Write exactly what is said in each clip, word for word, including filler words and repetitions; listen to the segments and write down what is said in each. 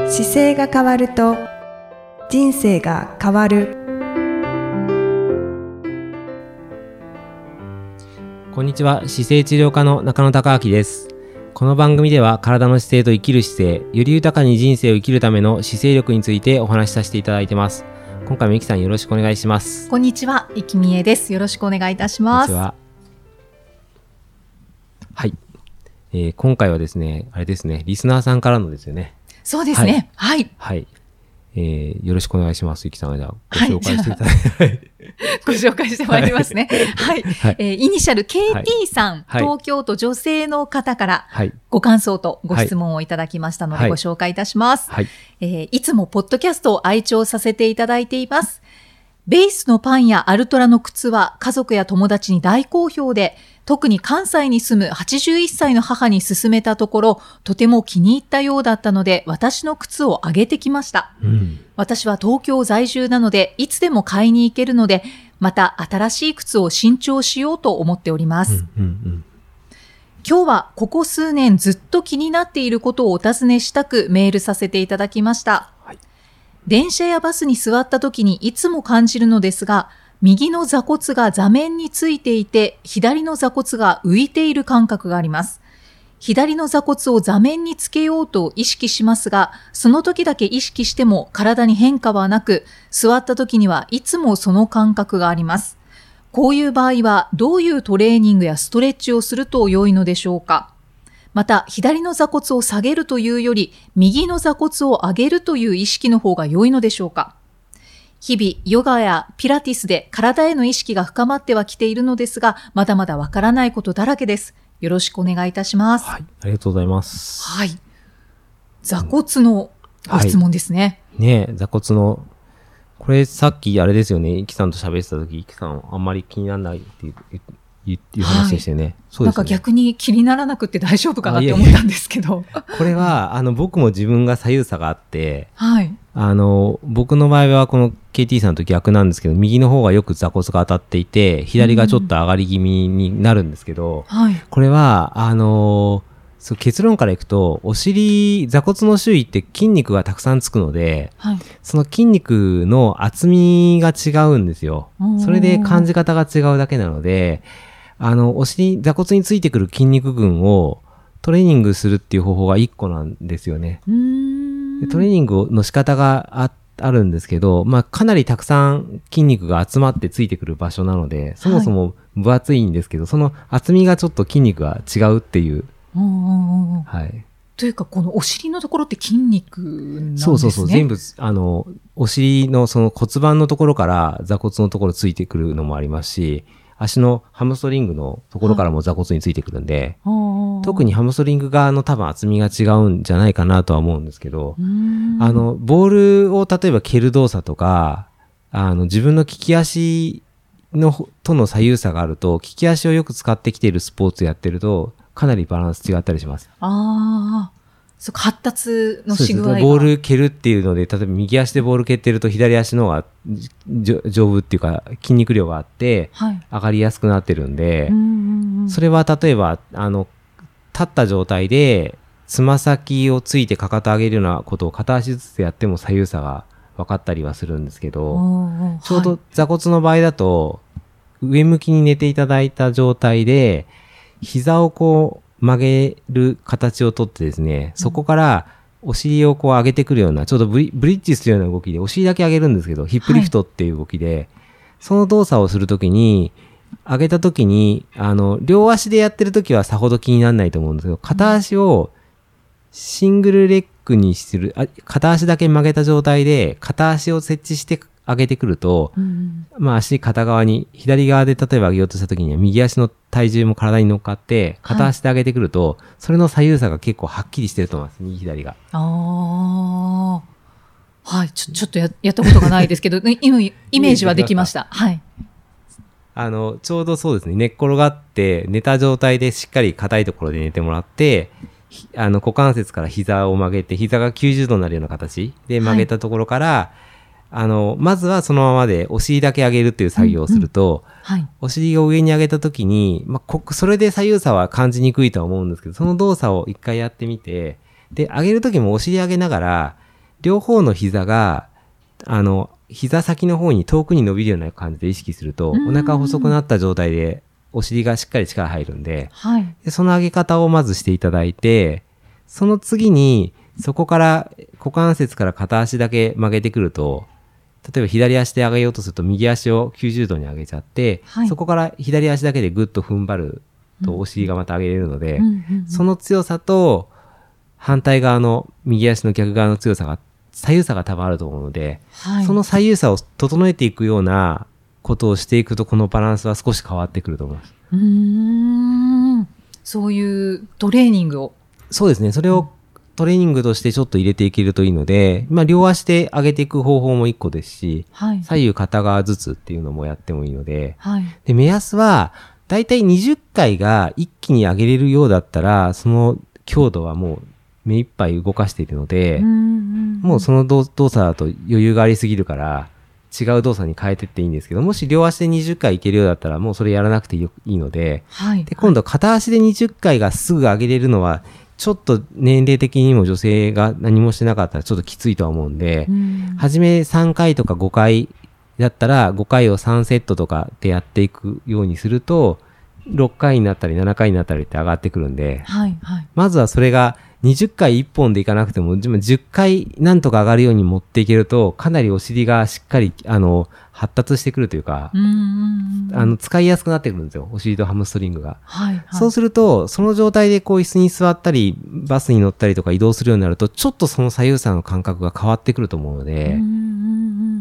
姿勢が変わると人生が変わる。 こんにちは。姿勢治療科の中野孝明です。この番組では体の姿勢と生きる姿勢、より豊かに人生を生きるための姿勢力についてお話しさせていただいてます。今回もいきさんよろしくお願いします。 こんにちは、いきみえです。よろしくお願いいたします。 こんにちは。はい、えー、今回はですね、あれですね、リスナーさんからのですよね。 そうですね。はい。 はい。はい、えー、よろしくお願いします。いきさんがじゃあご紹介していただいて、はい、 ご紹介してまいりますね。はい。はい、えー、イニシャル ケーティー さん、はい、東京都女性の方からご感想とご質問をいただきましたのでご紹介いたします。はい。えー、いつもポッドキャストを愛聴させていただいています。ベースのパンやアルトラの靴は家族や友達に大好評で、特に関西に住むはちじゅういっさいの母に勧めたところ、とても気に入ったようだったので、私の靴をあげてきました。うん、私は東京在住なので、いつでも買いに行けるので、また新しい靴を新調しようと思っております。うんうんうん、今日はここ数年ずっと気になっていることをお尋ねしたくメールさせていただきました。はい、電車やバスに座った時にいつも感じるのですが、右の座骨が座面についていて、左の座骨が浮いている感覚があります。左の座骨を座面につけようと意識しますが、その時だけ意識しても体に変化はなく、座った時にはいつもその感覚があります。こういう場合はどういうトレーニングやストレッチをすると良いのでしょうか。また、左の座骨を下げるというより、右の座骨を上げるという意識の方が良いのでしょうか。日々、ヨガやピラティスで体への意識が深まってはきているのですが、まだまだわからないことだらけです。よろしくお願いいたします。 はい、ありがとうございます。 はい。座骨のご質問ですね。 はい、ねえ、座骨の、これさっきあれですよね、イキさんと喋ってた時、イキさんあんまり気にならないっていう、いう話でしたよね。はい、そうですね。 なんか逆に気にならなくて大丈夫かなって思ったんですけど。 いやいやこれは、あの、僕も自分が左右差があって、 はい。 あの、僕の場合はこの ケーティー さんと逆なんですけど、右の方がよく座骨が当たっていて、左がちょっと上がり気味になるんですけど、うんはい、これは、あの、そう結論からいくと、お尻、座骨の周囲って筋肉がたくさんつくので、はい、その筋肉の厚みが違うんですよ。それで感じ方が違うだけなので、あの、お尻、座骨についてくる筋肉群をトレーニングするっていう方法が一個なんですよね。うーんでトレーニングの仕方が あ, あるんですけど、まあ、かなりたくさん筋肉が集まってついてくる場所なので、そもそも分厚いんですけど、はい、その厚みがちょっと筋肉が違うっていう。うんうんうんはい。 というか、このお尻のところって筋肉なんですね。 そうそうそう。全部、あの、お尻のその骨盤のところから座骨のところついてくるのもありますし、足のハムストリングのところからも座骨についてくるんで、はい、特にハムストリング側の多分厚みが違うんじゃないかなとは思うんですけど、あの、ボールを例えば蹴る動作とか、あの、自分の利き足の、との左右差があると、利き足をよく使ってきているスポーツやってると、かなりバランス違ったりします。 ああ。そうか、発達のし具合が。 ボール蹴るっていうので、例えば右足でボール蹴ってると左足の方が丈夫っていうか筋肉量があって、はい、上がりやすくなってるんで、うんうんうん、それは例えば、あの、立った状態でつま先をついてかかと上げるようなことを片足ずつやっても左右差が分かったりはするんですけど、ちょうど座骨の場合だと、上向きに寝ていただいた状態で、膝をこう、曲げる形をとってですね、そこからお尻をこう上げてくるような、ちょうどブリ、ブリッジするような動きでお尻だけ上げるんですけど、ヒップリフトっていう動きで、はい、その動作をするときに、上げたときに、あの、両足でやってるときはさほど気にならないと思うんですけど、片足をシングルレッグにする、あ片足だけ曲げた状態で、片足を設置して上げてくると、うん、まあ足片側に、左側で例えば上げようとしたときには、右足の体重も体に乗っかって、片足で上げてくると、はい、それの左右差が結構はっきりしてると思います。右左が。 ああ。はい。ちょ、ちょっと や, やったことがないですけど、今、イメージはできました。はい。 あの、ちょうどそうですね。寝っ転がって、寝た状態でしっかり硬いところで寝てもらって、あの、股関節から膝を曲げて、膝がきゅうじゅうどになるような形で曲げたところから、はいあの、まずはそのままでお尻だけ上げるっていう作業をすると、うんうんはい、お尻を上に上げたときに、まあ、こ、それで左右差は感じにくいとは思うんですけど、その動作を一回やってみて、で、上げるときもお尻上げながら、 両方の膝があの膝先の方に遠くに伸びるような感じで意識すると、お腹が細くなった状態でお尻がしっかり力入るんで、 はい、 でその上げ方をまずしていただいて、その次にそこから股関節から片足だけ曲げてくると、例えば左足で上げようとすると右足をきゅうじゅうどに上げちゃって、はい、そこから左足だけでグッと踏ん張るとお尻がまた上げれるので、うんうんうん、その強さと反対側の右足の逆側の強さが左右差が多分あると思うので、はい、その左右差を整えていくようなことをしていくと、このバランスは少し変わってくると思います。 うーん、そういうトレーニングを。 そうですね。それをトレーニングとしてちょっと入れていけるといいので、まあ両足で上げていく方法も一個ですし、はい、左右片側ずつっていうのもやってもいいので、はい、で目安はだいたいにじゅっかいが一気に上げれるようだったら、その強度はもう目いっぱい動かしているので、うんうんうん、もうその動作だと余裕がありすぎるから違う動作に変えてっていいんですけど、もし両足でにじゅっかいいけるようだったらもうそれやらなくていいので、はい、で今度片足でにじゅっかいがすぐ上げれるのはちょっと年齢的にも女性が何もしてなかったらちょっときついとは思うんで、うん、初めさんかいとかごかいだったらごかいをさんセットとかでやっていくようにするとろっかいになったりななかいになったりって上がってくるんで、はいはい、まずはそれがにじゅっかいいっぽんでいかなくてもじゅっかいなんとか上がるように持っていけると、かなりお尻がしっかりあの発達してくるというか、うんうんうん、あの使いやすくなってくるんですよ、お尻とハムストリングが、はいはい、そうするとその状態でこう椅子に座ったりバスに乗ったりとか移動するようになると、ちょっとその左右差の感覚が変わってくると思うので、うんうんうん、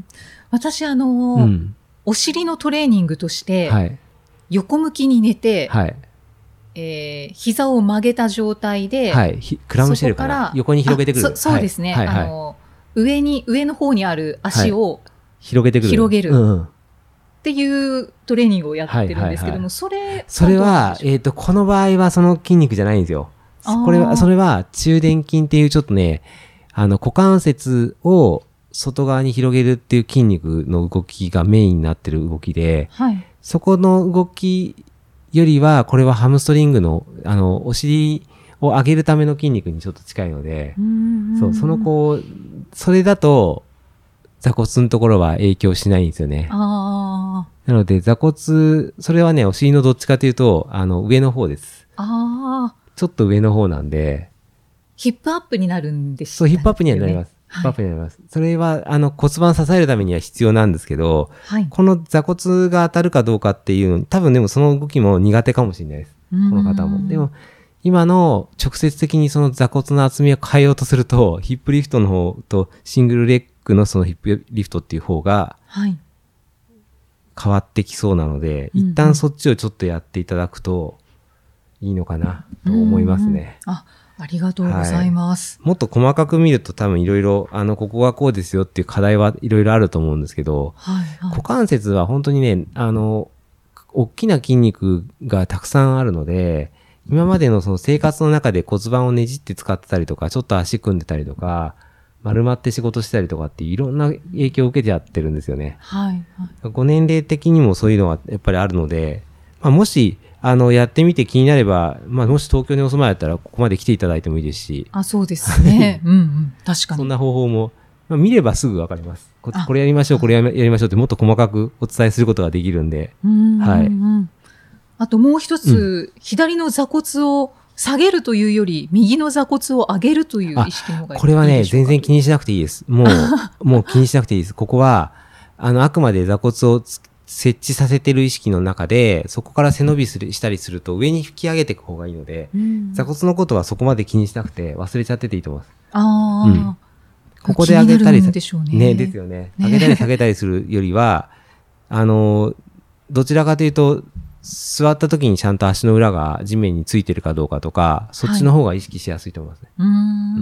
私あのーうん、お尻のトレーニングとして、はい、横向きに寝て、はい、えー、膝を曲げた状態で、 はい、クラムシェルから横に広げてくる。 そ, そうですね、はいはいはい、あの上に上の方にある足を、はい、 広げてくる広げる、うん、っていうトレーニングをやってるんですけども、はいはいはい、それそれはえっ、ー、とこの場合はその筋肉じゃないんですよ。これはそれは中殿筋っていうちょっとね、あの股関節を外側に広げるっていう筋肉の動きがメインになってる動きで、はい、そこの動きよりはこれはハムストリングのあのお尻を上げるための筋肉にちょっと近いので、うんうん、そうそのこうそれだと座骨のところは影響しないんですよね。あなので座骨それはねお尻のどっちかというとあの上の方です。あちょっと上の方なんでヒップアップになるんです、ね、 そうヒップアップにはなります。ヒップアップになります。はい、それはあの骨盤支えるためには必要なんですけど、はい、この座骨が当たるかどうかっていうのに多分でもその動きも苦手かもしれないです。この方も。でも今の直接的にその座骨の厚みを変えようとするとヒップリフトの方とシングルレッグのそのヒップリフトっていう方が変わってきそうなので、はい、一旦そっちをちょっとやっていただくといいのかなと思いますね。 あありがとうございます。 はい、もっと細かく見ると多分いろいろ、あの、ここがこうですよっていう課題はいろいろあると思うんですけど、はいはい、股関節は本当にね、あの、大きな筋肉がたくさんあるので、今までのその生活の中で骨盤をねじって使ってたりとか、ちょっと足組んでたりとか、丸まって仕事したりとかっていろんな影響を受けてやってるんですよね。はいはい、ご年齢的にもそういうのはやっぱりあるので、まあ、もし、あの、やってみて気になれば、まあ、もし東京にお住まいだったら、ここまで来ていただいてもいいですし。 あ、そうですね。うんうん。確かに。 そんな方法も、まあ、見ればすぐわかります。こ, これやりましょう、これやりましょうってもっと細かくお伝えすることができるんで。うんはい。 あともう一つ、うん、左の座骨を下げるというより、右の座骨を上げるという意識の方がいいでしょうか。 これはね、全然気にしなくていいです。もう、もう気にしなくていいです。ここは、あの、あくまで座骨をつ設置させてる意識の中で、そこから背伸びするしたりすると上に引き上げていく方がいいので、うん、座骨のことはそこまで気にしなくて忘れちゃってていいと思います。ああ、うん、ここで上げたり、 でしょうね。 ね、ですよね。上げたり下げたりするよりは、あの、どちらかというと、座った時にちゃんと足の裏が地面についてるかどうかとか、そっちの方が意識しやすいと思いますね。はい、うーんうん。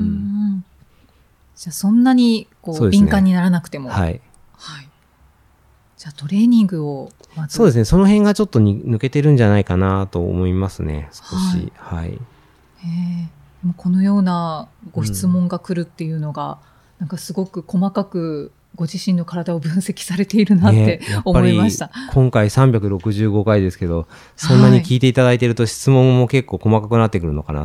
じゃあそんなにこう、ね、敏感にならなくても。はい。はい。じゃあトレーニングをまず。 そうですね。その辺がちょっとに抜けてるんじゃないかなと思いますね。少し。はい。はい、へえ。このようなご質問が来るっていうのが、うん、なんかすごく細かくご自身の体を分析されているなって思いました。ね、 今回さんびゃくろくじゅうごかいですけど、そんなに聞いていただいていると質問も結構細かくなってくるのかな。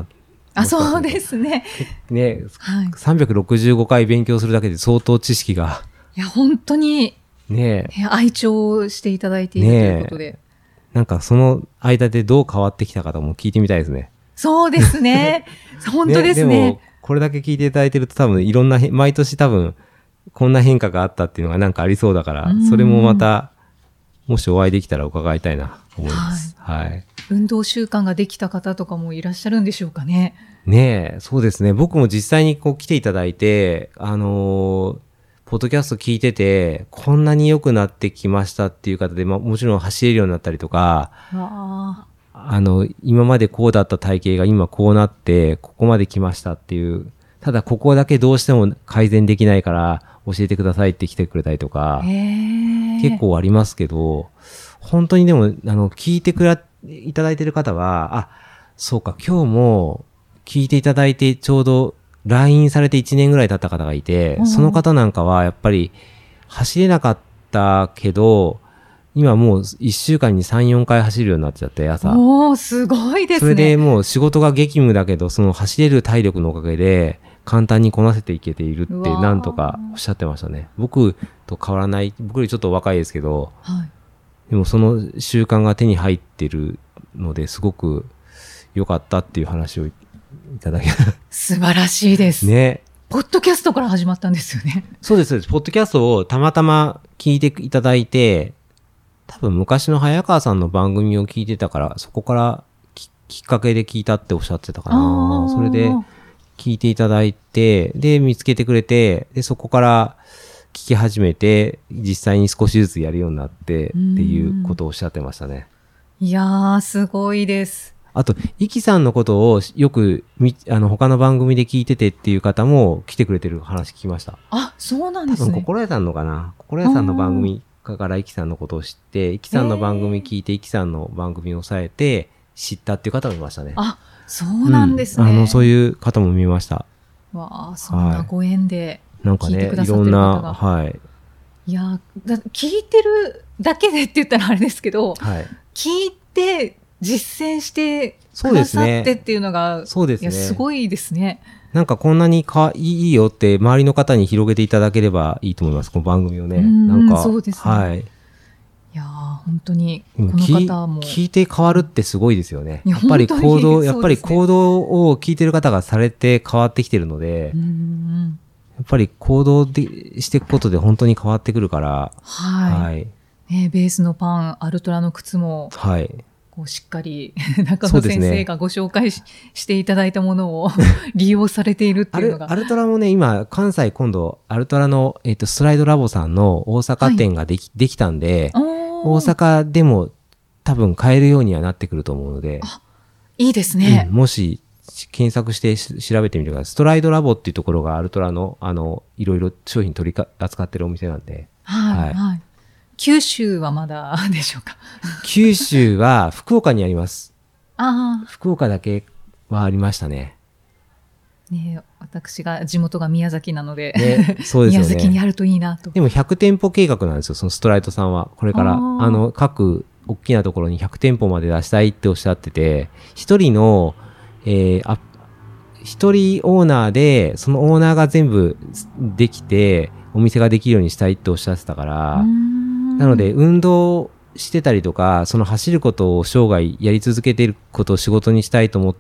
あ、そうですね。 ね、はい、さんびゃくろくじゅうごかい勉強するだけで相当知識が。 いや、本当に、ね、愛聴していただいているということで。 なんかその間でどう変わってきたかとも聞いてみたいですね。 そうですね。本当ですね。 ね、でも、これだけ聞いていただいてると多分いろんな、毎年多分こんな変化があったっていうのがなんかありそうだから、それもまた、もしお会いできたら伺いたいなと思います。はい。はい、 運動習慣ができた方とかもいらっしゃるんでしょうかね。 ねえ、そうですね。僕も実際にこう来ていただいて、あのー、ポッドキャスト聞いてて、こんなに良くなってきましたっていう方で、まあ、もちろん走れるようになったりとか、ああの、今までこうだった体型が今こうなって、ここまで来ましたっていう、ただここだけどうしても改善できないから教えてくださいって来てくれたりとか、結構ありますけど、本当にでも、あの、聞いてくれ、いただいてる方は、あ、そうか、今日も聞いていただいてちょうどラインされていちねんぐらい経った方がいて、うん、その方なんかはやっぱり走れなかったけど、今もういっしゅうかんにさん、よんかい走るようになっちゃって、朝。 おー、すごいですね。 それでもう仕事が激務だけど、その走れる体力のおかげで簡単にこなせていけているってなんとかおっしゃってましたね。僕と変わらない、僕よりちょっと若いですけど、はい、でもその習慣が手に入ってるのですごく良かったっていう話をいただき素晴らしいです。 ね。 ポッドキャストから始まったんですよね。 そうです、そうです。ポッドキャストをたまたま聞いていただいて、多分昔の早川さんの番組を聞いてたから、そこからき、きっかけで聞いたっておっしゃってたかな。それで聞いていただいて、で、見つけてくれて、で、そこから聞き始めて、実際に少しずつやるようになってっていうことをおっしゃってましたね。 いやー、すごいです。 あと、イキさんのことをよくみ、あの、他の番組で聞いててっていう方も来てくれてる話聞きました。 あ、そうなんですね。 多分、心屋さんのかな。心屋さんの番組からイキさんのことを知って、イキさんの番組聞いて、イキさんの番組を抑えて知ったっていう方もいましたね。 あ、そうなんですね。 うん、あの、そういう方も見ました。 わあ、そんなご縁で聞いてくださってる方が。 なんかね、いろんな、はい。 いや、だ聞いてるだけでって言ったらあれですけど、はい、聞いて、実践してくださってっていうのが、 そうですね。 いや、すごいですね。 なんかこんなにかいいよって周りの方に広げていただければいいと思います、この番組をね。 うんなんか、 そうですね。はい。いやー、本当に、この方も。 聞いて変わるってすごいですよね。やっぱり行動、やっぱり行動を聞いてる方がされて変わってきてるので、うんやっぱり行動でしていくことで本当に変わってくるから、 はい。はい、ね、ベースのパン、アルトラの靴も、はい。こうしっかり中野先生がご紹介 し,、ね、していただいたものを利用されているっていうのがアルトラもね、今関西今度アルトラの、えー、とストライドラボさんの大阪店がで き,、はい、できたんで、大阪でも多分買えるようにはなってくると思うので、 あ、いいですね、 うん、もし検索して調べてみてください。ストライドラボっていうところがアルトラのあのいろいろ商品取り扱ってるお店なんで、 はい、はいはい、九州はまだでしょうか。 九州は福岡にあります。 ああ。 福岡だけはありましたね。 ね、私が地元が宮崎なので、 ね、そうですよね。 宮崎にあるといいなと。 でもひゃくてんぽ計画なんですよ、そのストライトさんは。これからあの各大きなところにひゃくてんぽまで出したいっておっしゃってて、一人の、えー、あ一人オーナーでそのオーナーが全部できてお店ができるようにしたいっておっしゃってたから。なので運動してたりとか、その走ることを生涯やり続けていることを仕事にしたいと思って、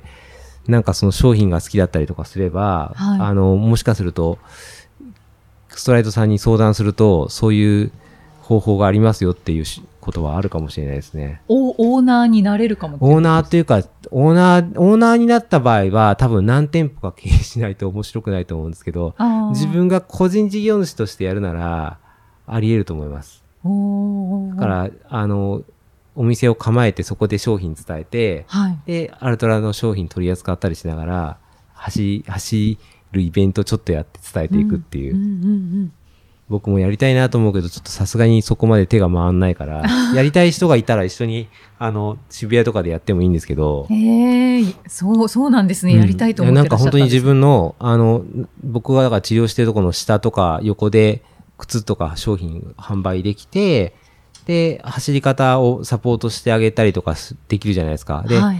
なんかその商品が好きだったりとかすれば、はい、あのもしかするとストライトさんに相談するとそういう方法がありますよっていうことはあるかもしれないですね。 オーナーになれるかも。 オーナーというかオーナーオーナーになった場合は多分何店舗か経営しないと面白くないと思うんですけど、自分が個人事業主としてやるならあり得ると思います。だからあのお店を構えてそこで商品伝えて、はい、でアルトラの商品取り扱ったりしながら走、走るイベントちょっとやって伝えていくっていう、うんうんうんうん、僕もやりたいなと思うけどちょっとさすがにそこまで手が回んないからやりたい人がいたら一緒にあの渋谷とかでやってもいいんですけど、 へー、そうそうなんですね、うん、やりたいと思ってらっしゃったんです。 なんか本当に自分のあの僕がだから治療してるところの下とか横で靴とか商品販売できて、で走り方をサポートしてあげたりとかできるじゃないですか。で、はい、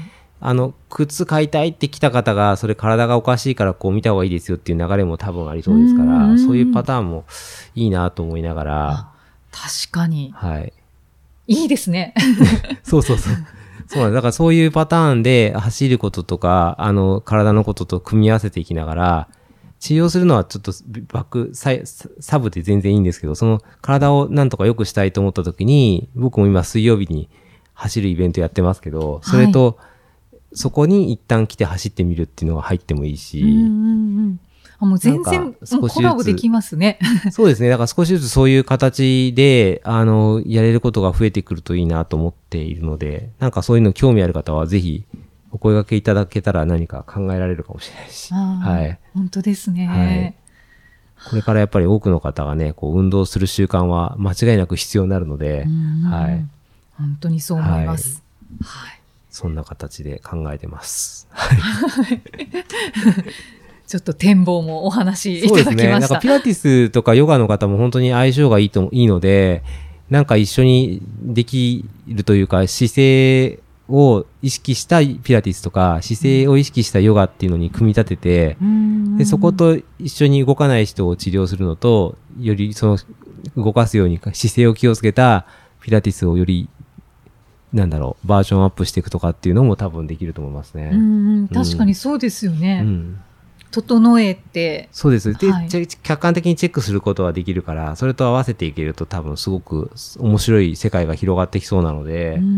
あの靴買いたいって来た方がそれ体がおかしいからこう見た方がいいですよっていう流れも多分ありそうですから、うん、そういうパターンもいいなと思いながら。 確かに、 はい、 いいですねそうそうそうそうなんだからそういうパターンで走ることとかあの体のことと組み合わせていきながら治療するのはちょっとバックサイサブで全然いいんですけど、その体をなんとか良くしたいと思った時に僕も今水曜日に走るイベントやってますけど、それと、はい、そこに一旦来て走ってみるっていうのが入ってもいいし、うんうんうんあもう全然もうコラボできますねそうですね。だから少しずつそういう形であのやれることが増えてくるといいなと思っているので、なんかそういうの興味ある方はぜひお声掛けいただけたら何か考えられるかもしれないし、はい、 本当ですね、 はい、これからやっぱり多くの方がねこう運動する習慣は間違いなく必要になるので、はい、 本当にそう思います、はいはい、 そんな形で考えてます。 ちょっと展望もお話いただきました。そうですね。 なんかピラティスとかヨガの方も本当に相性がいいといいので、なんか一緒にできるというか姿勢を意識したピラティスとか姿勢を意識したヨガっていうのに組み立てて、うん、でそこと一緒に動かない人を治療するのとよりその動かすように姿勢を気をつけたピラティスをよりなんだろうバージョンアップしていくとかっていうのも多分できると思いますね。 うん、確かにそうですよね。うん整えてそうですで、はい、客観的にチェックすることはできるからそれと合わせていけると多分すごく面白い世界が広がってきそうなので、うんうん、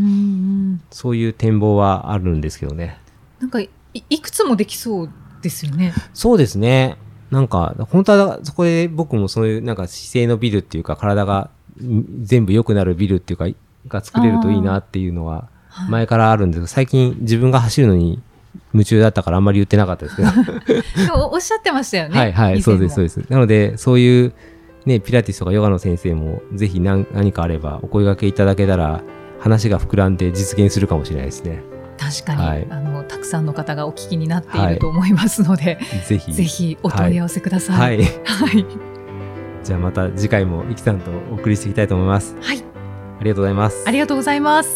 そういう展望はあるんですけどね。 なんか い, いくつもできそうですよね。 そうですね。なんか本当はそこで僕もそういうなんか姿勢のビルっていうか体が全部良くなるビルっていうかが作れるといいなっていうのは前からあるんですけど、最近自分が走るのに夢中だったからあんまり言ってなかったですけどでもおっしゃってましたよね。 はいはいそうですそうです。なのでそういうねピラティスとかヨガの先生もぜひ 何, 何かあればお声掛けいただけたら話が膨らんで実現するかもしれないですね。 確かに、はい、あのたくさんの方がお聞きになっていると思いますので、はい、ぜひぜひお問い合わせください。はい、はい、 じゃあまた次回もいきさんとお送りしていきたいと思います。 はい、 ありがとうございます。 ありがとうございます。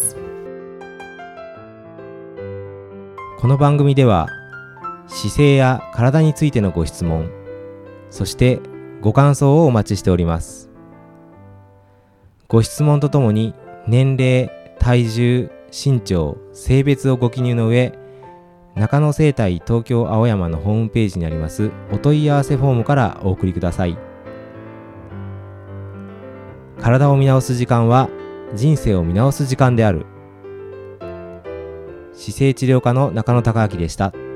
この番組では姿勢や体についてのご質問、そしてご感想をお待ちしております。ご質問とともに年齢、体重、身長、性別をご記入の上、中野生態東京青山のホームページにありますお問い合わせフォームからお送りください。体を見直す時間は人生を見直す時間である。姿勢治療科の中野孝明でした。